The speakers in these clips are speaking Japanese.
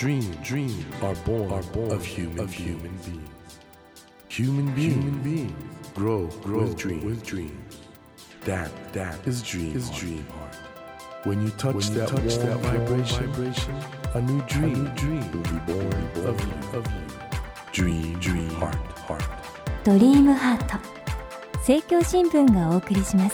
Dreams are born of human beings. Human beings grow with dreams. That is dream heart. When you touch that warm vibration, a new dream will be born of you. Dream heart. ドリームハート、政教新聞がお送りします。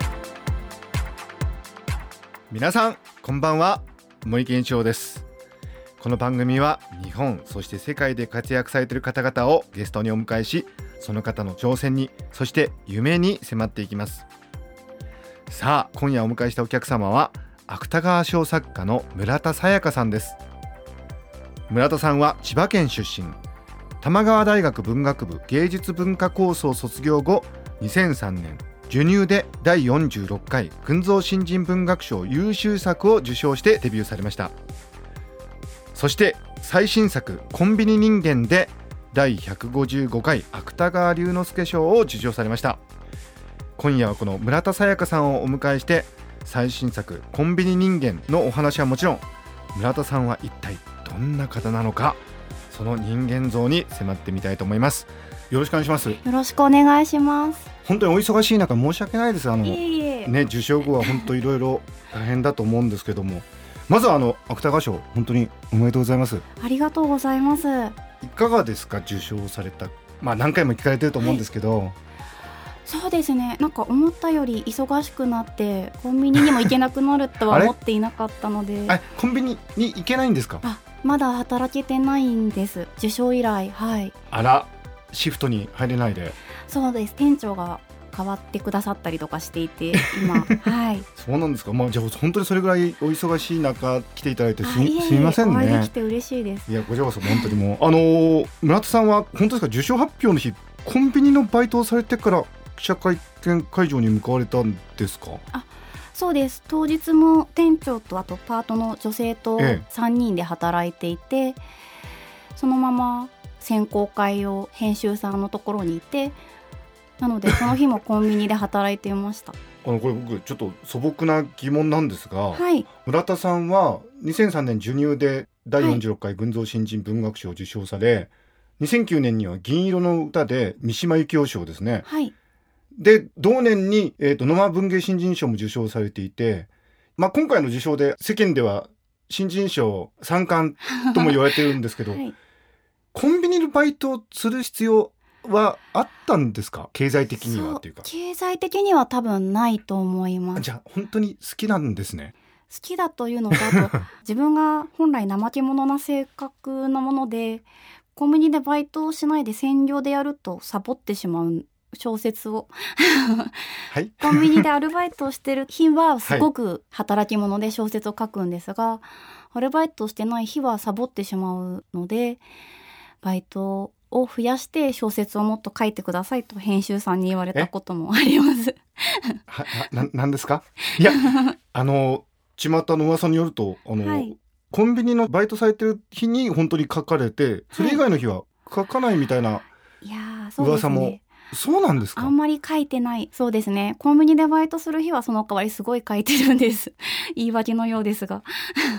皆さんこんばんは、森健一郎です。この番組は日本そして世界で活躍されている方々をゲストにお迎えし、その方の挑戦にそして夢に迫っていきます。さあ今夜お迎えしたお客様は芥川賞作家の村田沙耶香さんです。村田さんは千葉県出身、玉川大学文学部芸術文化コースを卒業後、2003年授乳で第46回群像新人文学賞優秀作を受賞してデビューされました。そして最新作コンビニ人間で第155回芥川龍之介賞を受賞されました。今夜はこの村田沙耶香さんをお迎えして、最新作コンビニ人間のお話はもちろん、村田さんは一体どんな方なのか、その人間像に迫ってみたいと思います。よろしくお願いします。 よろしくお願いします。 本当にお忙しい中申し訳ないです。 いえね、受賞後は本当いろいろ大変だと思うんですけども、まずは芥川賞本当におめでとうございます。 ありがとうございます。 いかがですか、受賞された、何回も聞かれてると思うんですけど、 そうですね、なんか思ったより忙しくなってコンビニにも行けなくなるとは思っていなかったのでコンビニに行けないんですか？ まだ働けてないんです、受賞以来。 あら、シフトに入れないで。 そうです、店長が変わってくださったりとかしていて今そうなんですか。じゃあ本当にそれぐらいお忙しい中来ていただいてすみませんね。 お会いできて嬉しいです。 いや、こちらこそ本当にもう村田さんは本当ですか、受賞発表の日コンビニのバイトをされてから記者会見会場に向かわれたんですか？ そうです。当日も店長とあとパートの女性と3人で働いていて、そのまま選考会を編集さんのところにいて、なのでその日もコンビニで働いていました。 これ僕ちょっと素朴な疑問なんですが、 はい村田さんは2003年授乳で第46回群像新人文学賞を受賞され、2009年には銀色の歌で三島由紀夫賞ですね。 はいで同年に、野間文芸新人賞も受賞されていて、今回の受賞で世間では新人賞3冠とも言われてるんですけど、コンビニのバイトをする必要はあったんですか？経済的にはっていうか。 経済的には多分ないと思います。 じゃあ本当に好きなんですね。 好きだというのと、あと自分が本来怠け者な性格なもので、コンビニでバイトをしないで専業でやるとサボってしまう小説をコンビニでアルバイトをしてる日はすごく働き者で小説を書くんですが、アルバイトをしてない日はサボってしまうので、バイトを増やして小説をもっと書いてくださいと編集さんに言われたこともありますなんですか？いや巷の噂によるとコンビニのバイトされてる日に本当に書かれて、それ以外の日は書かないみたいな噂も。そうなんですか？ あんまり書いてない。そうですね、コンビニでバイトする日はその代わりすごい書いてるんです言い訳のようですが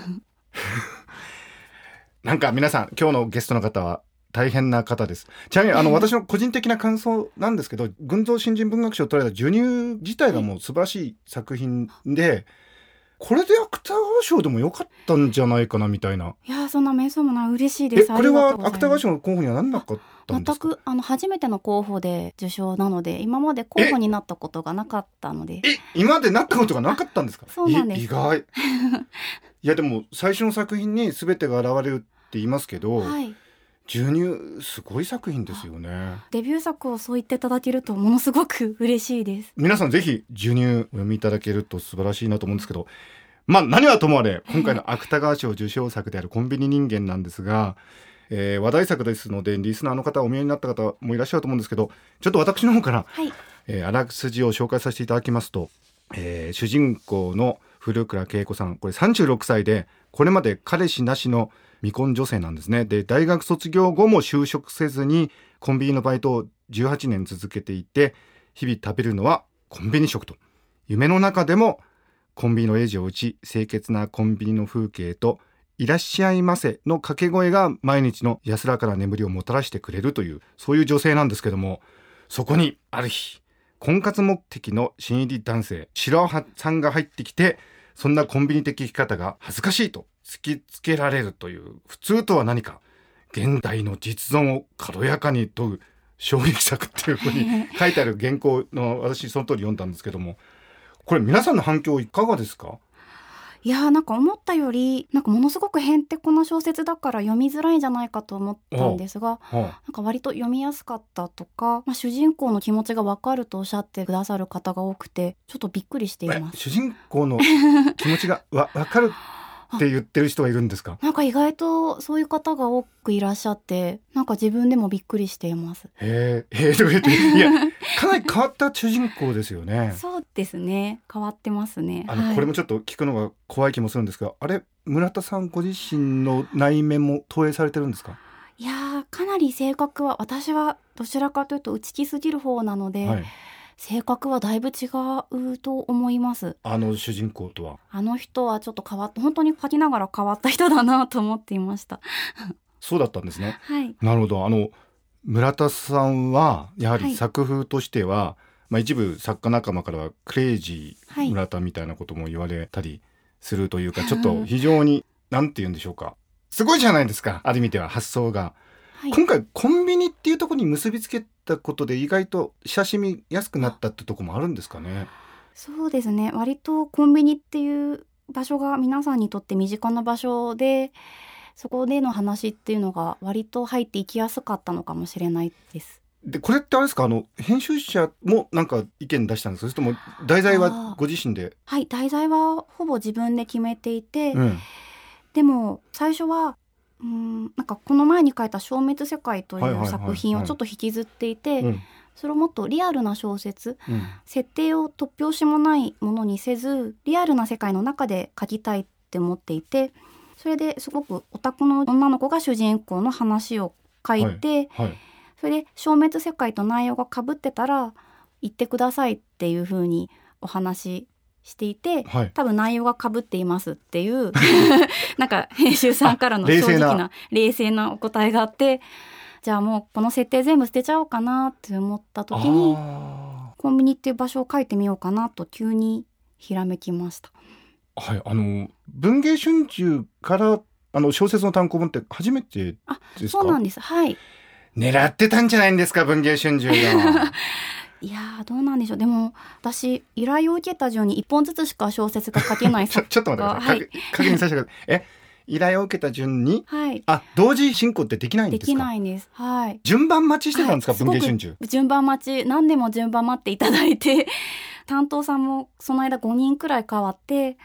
なんか皆さん今日のゲストの方は大変な方です。ちなみに私の個人的な感想なんですけど、群像新人文学賞を取られた授乳自体がもう素晴らしい作品で、これで芥川賞でもよかったんじゃないかなみたいな。 いや、そんな名相もない。嬉しいです。 これは芥川賞の候補にはならなかったんですか？ 全く初めての候補で受賞なので、今まで候補になったことがなかったので。 今までなったことがなかったんですか？ そうなんです。 意外いやでも最初の作品に全てが現れるって言いますけど、授乳すごい作品ですよね。 デビュー作をそう言っていただけるとものすごく嬉しいです。 皆さんぜひ授乳お読みいただけると素晴らしいなと思うんですけど、何はともあれ今回の芥川賞受賞作であるコンビニ人間なんですが、話題作ですのでリスナーの方お見えになった方もいらっしゃると思うんですけど、ちょっと私の方から、あらすじを紹介させていただきますと、主人公の古倉恵子さん、これ36歳でこれまで彼氏なしの未婚女性なんですね。で大学卒業後も就職せずにコンビニのバイトを18年続けていて、日々食べるのはコンビニ食と、夢の中でもコンビニのレジを打ち、清潔なコンビニの風景といらっしゃいませの掛け声が毎日の安らかな眠りをもたらしてくれるという、そういう女性なんですけども、そこにある日婚活目的の新入り男性白羽さんが入ってきて、そんなコンビニ的生き方が恥ずかしいと突きつけられるという、普通とは何か、現代の実存を軽やかに問う衝撃作っていうふうに書いてある原稿の、私その通り読んだんですけども、これ皆さんの反響いかがですか？ いやー、なんか思ったよりなんかものすごくへんてこな小説だから読みづらいんじゃないかと思ったんですが、なんか割と読みやすかったとか、主人公の気持ちが分かるとおっしゃってくださる方が多くて、ちょっとびっくりしています。 主人公の気持ちが分かるって言ってる人がいるんですか？ なんか意外とそういう方が多くいらっしゃって、なんか自分でもびっくりしています。 へえとか言って、いやかなり変わった主人公ですよね。 そうですね、変わってますね。 これもちょっと聞くのが怖い気もするんですが、あれ村田さんご自身の内面も投影されてるんですか？ いやかなり性格は、私はどちらかというと内気すぎる方なので、性格はだいぶ違うと思います。 主人公とは、 あの人はちょっと変わって、本当に書きながら変わった人だなと思っていましたそうだったんですね。 なるほど。村田さんはやはり作風としては、一部作家仲間からはクレイジー村田みたいなことも言われたりするというか、ちょっと非常になんて言うんでしょうか、すごいじゃないですか、ある意味では発想が。今回コンビニっていうところに結びつけたことで意外と親しみやすくなったってところもあるんですかね？ そうですね、割とコンビニっていう場所が皆さんにとって身近な場所で、そこでの話っていうのが割と入っていきやすかったのかもしれないです。 でこれってあれですか、編集者もなんか意見出したんですか？それとも題材はご自身で？題材はほぼ自分で決めていて、でも最初はなんかこの前に書いた消滅世界という作品をちょっと引きずっていて、それをもっとリアルな小説、設定を突拍子もないものにせずリアルな世界の中で書きたいって思っていて、それですごくオタクの女の子が主人公の話を書いて、それで消滅世界と内容が被ってたら言ってくださいっていう風にお話していて、多分内容が被っていますっていうなんか編集さんからの正直な冷静なお答えがあって、じゃあもうこの設定全部捨てちゃおうかなって思った時に、コンビニっていう場所を書いてみようかなと急にひらめきました。 文藝春秋から小説の単行本って初めてですか？ そうなんです。 狙ってたんじゃないんですか、文藝春秋が。 いやどうなんでしょう。でも私依頼を受けた順に1本ずつしか小説が書けない作家ちょっと待ってください、確認させてください。依頼を受けた順に、同時進行ってできないんですか？ できないんです。 順番待ちしてたんですか？文藝春秋順番待ち、何でも順番待っていただいて担当さんもその間5人くらい変わって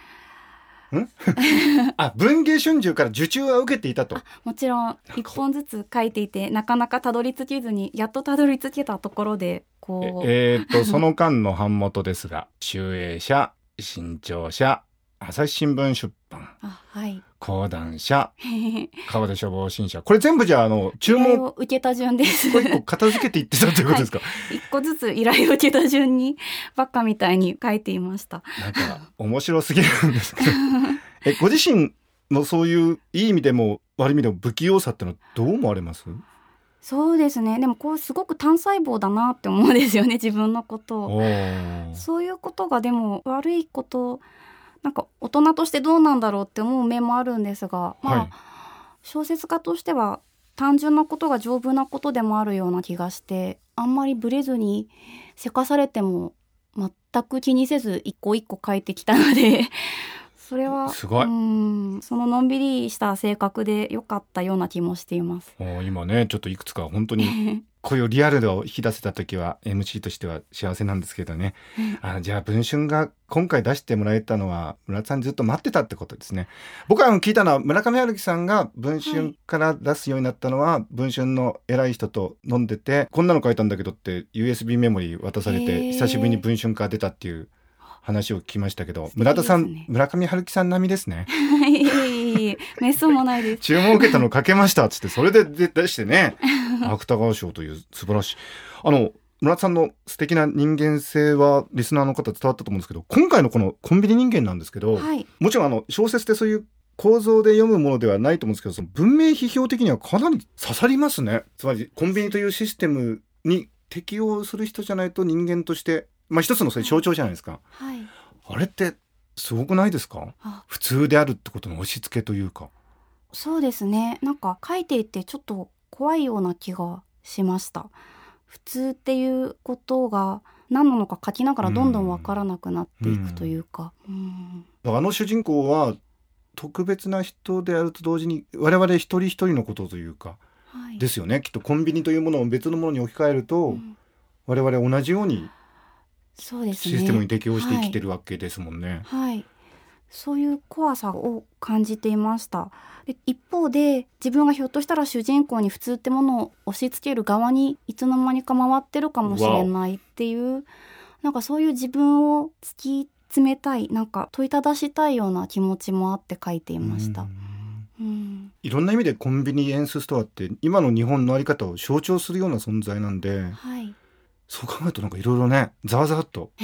文藝春秋から受注は受けていたと？ もちろん1本ずつ書いていて、なかなかたどり着けずにやっとたどり着けたところでその間の版元ですが、集英社、新潮社、朝日新聞出版、講談社、川手書房新社、これ全部じゃ注文を受けた順です。 これ片付けていってたということですか？ 一個ずつ依頼を受けた順にバカみたいに書いていました。 なんか面白すぎるんですけどご自身のそういういい意味でも悪い意味でも不器用さってのはどう思われます？ そうですね、でもすごく単細胞だなって思うんですよね、自分のことを。そういうことがでも悪いこと、なんか大人としてどうなんだろうって思う面もあるんですが、小説家としては単純なことが丈夫なことでもあるような気がして、あんまりブレずにせかされても全く気にせず一個一個書いてきたのでそれはすごい、 そののんびりした性格で良かったような気もしています。 今ねちょっといくつか本当にこういうリアルを引き出せた時は MC としては幸せなんですけどね、じゃあ文春が今回出してもらえたのは村田さんずっと待ってたってことですね。僕は聞いたのは村上春樹さんが文春から出すようになったのは、文春の偉い人と飲んでて、こんなの書いたんだけどって USB メモリー渡されて、久しぶりに文春から出たっていう話を聞きましたけど、村田さん、村上春樹さん並みですね。 めっそうもないです。 注文受けたの書けましたっつってそれで出してね芥川賞という素晴らしい。村田さんの素敵な人間性はリスナーの方伝わったと思うんですけど、今回のこのコンビニ人間なんですけど、もちろん小説ってそういう構造で読むものではないと思うんですけど、その文明批評的にはかなり刺さりますね。つまりコンビニというシステムに適応する人じゃないと人間として、一つのそれ象徴じゃないですか、 はい、 あれってすごくないですか？普通であるってことの押し付けというか。 そうですね。なんか書いていてちょっと怖いような気がしました。普通っていうことが何なのか書きながらどんどん分からなくなっていくというか、 あの主人公は特別な人であると同時に我々一人一人のことというか、はい、ですよね。きっとコンビニというものを別のものに置き換えると、我々同じようにそうですね、 システムに適応して生きてるわけですもんね。 はい、はい、そういう怖さを感じていました。で一方で自分がひょっとしたら主人公に普通ってものを押し付ける側にいつの間にか回ってるかもしれないっていう、なんかそういう自分を突き詰めたい、なんか問いただしたいような気持ちもあって書いていました。 いろんな意味でコンビニエンスストアって今の日本のあり方を象徴するような存在なんで、 はい、 そう考えるとなんかいろいろねざわざわっと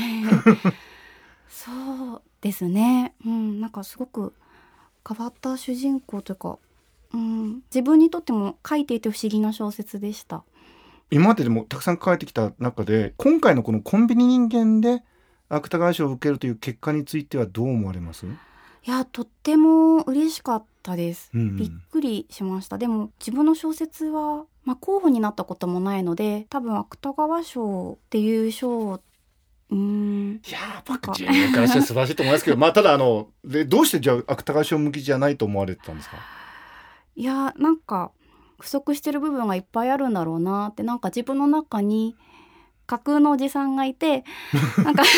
そうですね、なんかすごく変わった主人公というか、自分にとっても書いていて不思議な小説でした。 今まででもたくさん書いてきた中で今回のこのコンビニ人間で芥川賞を受けるという結果についてはどう思われます？ いや、とっても嬉しかったです、びっくりしました。でも自分の小説は、候補になったこともないので、多分芥川賞っていう賞をいや僕自分からして素晴らしいと思いますけどただでどうしてじゃあ芥川賞向きじゃないと思われてたんですか？ いや、なんか不足してる部分がいっぱいあるんだろうなって、なんか自分の中に架空のおじさんがいてなんか、はい、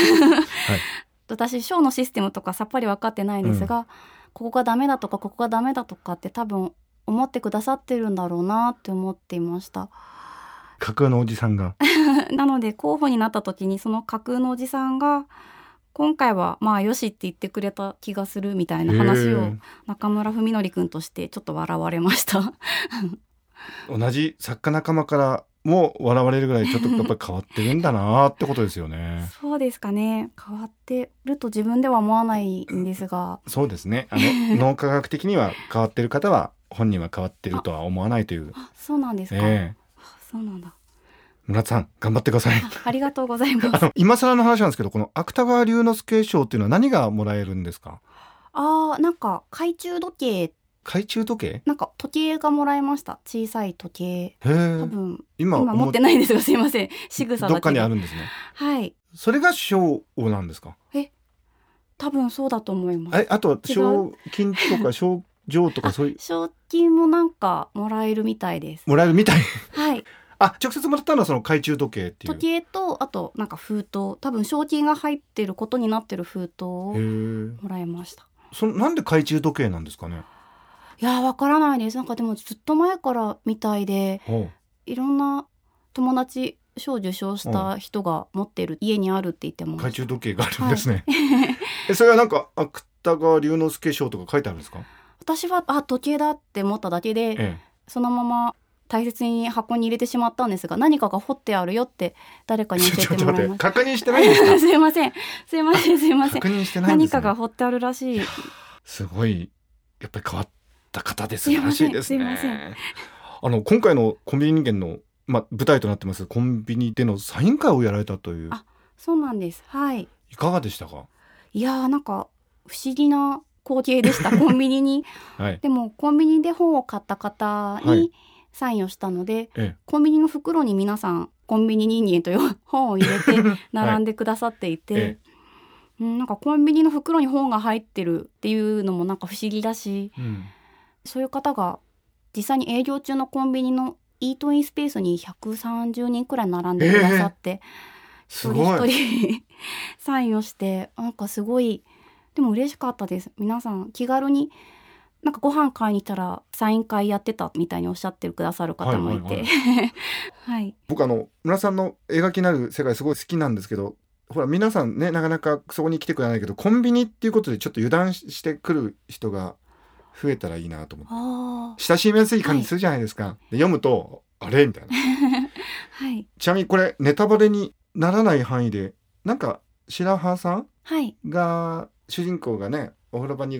私賞のシステムとかさっぱり分かってないんですが、ここがダメだとかここがダメだとかって多分思ってくださってるんだろうなって思っていました。 架空のおじさんがなので候補になった時にその架空のおじさんが今回はよしって言ってくれた気がするみたいな話を中村文則くんとしてちょっと笑われました同じ作家仲間からも笑われるぐらいちょっとやっぱり変わってるんだなってことですよねそうですかね。変わってると自分では思わないんですがそうですね、脳科学的には変わってる方は本人は変わってるとは思わないという。 そうなんですか、そうなんだ。 村田さん頑張ってください。 ありがとうございます今更の話なんですけど、この芥川龍之介賞っていうのは何がもらえるんですか？ なんか懐中時計なんか時計がもらえました。小さい時計。多分今持ってないんですがすいません。仕草だけどっかにあるんですね。 はい。 それが賞なんですか？ 多分そうだと思います。 あとは賞金とか賞状とかそういう賞金もなんかもらえるみたいです。 もらえるみたいはい。 直接もらったのはその懐中時計っていう時計とあとなんか封筒、多分賞金が入ってることになってる封筒をもらいました。 なんで懐中時計なんですかね？ いやわからないです。なんかでもずっと前からみたいで、いろんな友達賞受賞した人が持ってる家にあるって言っても懐中時計があるんですね、それはなんか芥川龍之介賞とか書いてあるんですか？ 私は時計だって思っただけで、そのまま大切に箱に入れてしまったんですが、何かが彫ってあるよって誰かに教えてもらいました。 確認してないんですか？ すいません確認してないんですね。 何かが彫ってあるらしい。 すごいやっぱり変わった方ですらしいですね。 すいません。 今回のコンビニ人間の、舞台となってますコンビニでのサイン会をやられたという。 そうなんです。はい。 いかがでしたか？ いやなんか不思議な光景でしたコンビニに、でもコンビニで本を買った方にサインをしたので、コンビニの袋に皆さんコンビニ人間という本を入れて並んでくださっていて、なんかコンビニの袋に本が入ってるっていうのもなんか不思議だし、そういう方が実際に営業中のコンビニのイートインスペースに130人くらい並んでくださって、一人一人サインをして、なんかすごいでも嬉しかったです。皆さん気軽になんかご飯買いに行ったらサイン会やってたみたいにおっしゃってくださる方もいて、 僕村さんの描きになる世界すごい好きなんですけど、ほら皆さんねなかなかそこに来てくれないけど、コンビニっていうことでちょっと油断してくる人が増えたらいいなと思って、親しみやすい感じするじゃないですか、で読むとあれみたいなちなみにこれネタバレにならない範囲で、なんか白羽さんが主人公がねお風呂場にいると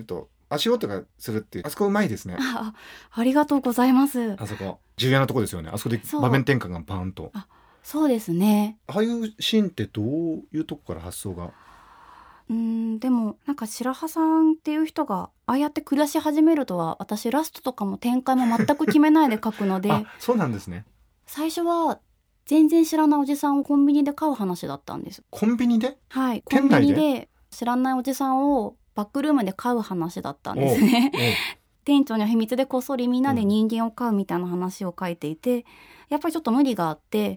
足音がするっていう、あそこうまいですね。 ありがとうございます。 あそこ重要なとこですよね。あそこで場面転換がパーンと。 そうですね。 ああいうシーンってどういうとこから発想が？ でもなんか白羽さんっていう人がああやって暮らし始めるとは、私ラストとかも展開も全く決めないで書くのでそうなんですね。 最初は全然知らないおじさんをコンビニで買う話だったんです。 コンビニで？ はい、コンビニで知らないおじさんをバックルームで買う話だったんですね。店長には秘密でこっそりみんなで人間を飼うみたいな話を書いていて、やっぱりちょっと無理があって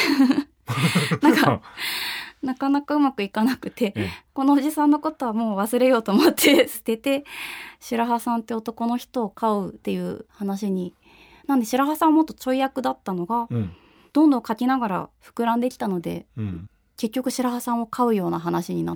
なかなかうまくいかなくて、このおじさんのことはもう忘れようと思って捨てて、白羽さんって男の人を飼うっていう話に。なんで白羽さんはもっとちょい役だったのが、どんどん書きながら膨らんできたので、結局白羽さんを飼うような話になって、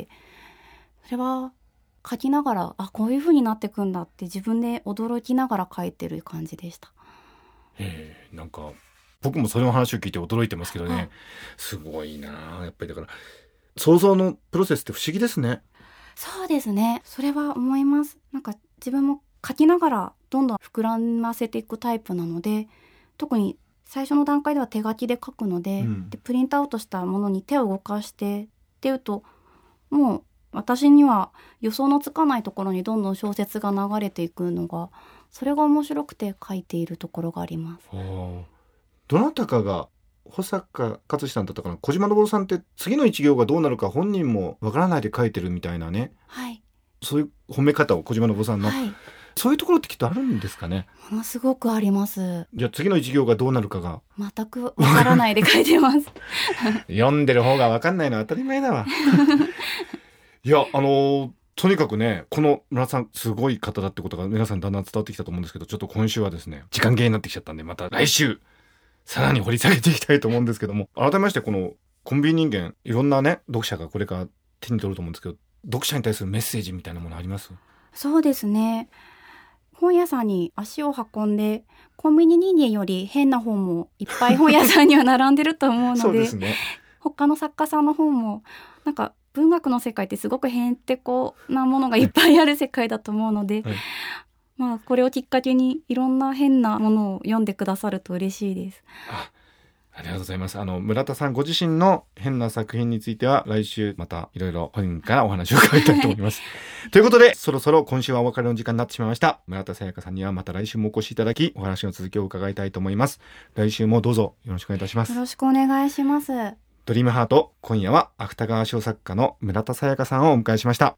それは書きながらこういう風になってくんだって自分で驚きながら書いてる感じでした。 なんか僕もその話を聞いて驚いてますけどね、すごいな。やっぱりだから想像のプロセスって不思議ですね。 そうですね、それは思います。なんか自分も書きながらどんどん膨らませていくタイプなので、特に最初の段階では手書きで書くので、でプリントアウトしたものに手を動かしてっていうと、もう私には予想のつかないところにどんどん小説が流れていくのが、それが面白くて書いているところがあります。 どなたかが保坂勝志さんだったかな、小島昇さんって次の一行がどうなるか本人もわからないで書いてるみたいなね、そういう褒め方を小島昇さんの、そういうところってきっとあるんですかね。 ものすごくあります。 じゃあ次の一行がどうなるかが全くわからないで書いてます読んでる方がわかんないのは当たり前だわいやとにかくね、この村田さんすごい方だってことが皆さんだんだん伝わってきたと思うんですけど、ちょっと今週はですね時間切れになってきちゃったんで、また来週さらに掘り下げていきたいと思うんですけども、改めましてこのコンビニ人間、いろんなね読者がこれから手に取ると思うんですけど、読者に対するメッセージみたいなものあります？ そうですね、本屋さんに足を運んでコンビニ人間より変な本もいっぱい本屋さんには並んでると思うのでそうですね、 他の作家さんの本もなんか文学の世界ってすごくへんてこなものがいっぱいある世界だと思うので、これをきっかけにいろんな変なものを読んでくださると嬉しいです。 ありがとうございます。村田さんご自身の変な作品については来週またいろいろ本人からお話を伺いたいと思いますということで、そろそろ今週はお別れの時間になってしまいました。村田沙耶香さんにはまた来週もお越しいただき、お話の続きを伺いたいと思います。来週もどうぞよろしくお願いいたします。 よろしくお願いします。 ドリームハート、今夜は芥川賞作家の村田沙耶香さんをお迎えしました。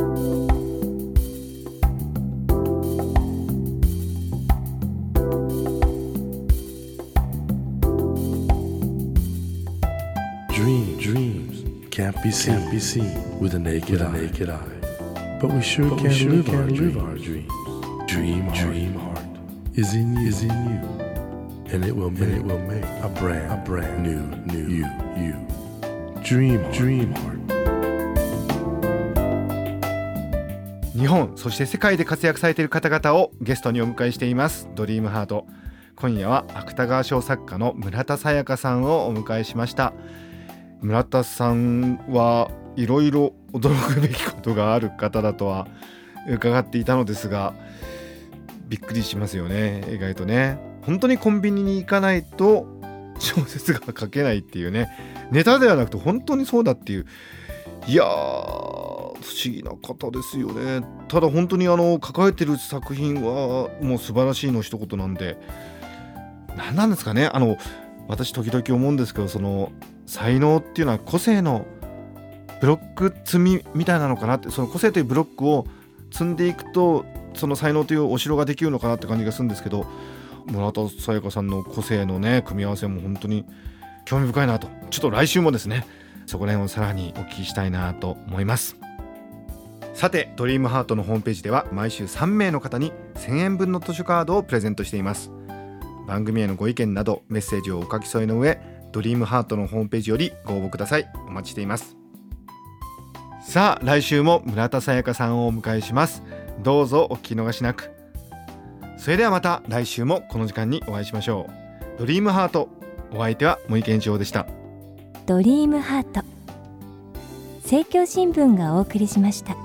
Dreams can't be seen with a naked eye. But we sure can live our dreams. Dream heart is in you. And it will make a brand new you. Dream heart. 日本そして世界で活躍されている方々をゲストにお迎えしていますドリームハート。今夜は芥川賞作家の村田沙耶香さんをお迎えしました。村田さんはいろいろ驚くべきことがある方だとは伺っていたのですが、びっくりしますよね。意外とね、本当にコンビニに行かないと小説が書けないっていうね、ネタではなくて本当にそうだっていう、いやー不思議な方ですよね。ただ本当に抱えてる作品はもう素晴らしいの一言なんで、何なんですかね。私時々思うんですけど、その才能っていうのは個性のブロック積みみたいなのかなって、その個性というブロックを積んでいくとその才能というお城ができるのかなって感じがするんですけど、村田沙耶香さんの個性のね組み合わせも本当に興味深いなと、ちょっと来週もですねそこら辺をさらにお聞きしたいなと思います。さてドリームハートのホームページでは毎週3名の方に1000円分の図書カードをプレゼントしています。番組へのご意見などメッセージをお書き添えの上、ドリームハートのホームページよりご応募ください。お待ちしています。さあ来週も村田沙耶香さんをお迎えします。どうぞお聞き逃しなく。それではまた来週もこの時間にお会いしましょう。ドリームハート、お相手は森健一郎でした。 ドリームハート、政教新聞がお送りしました。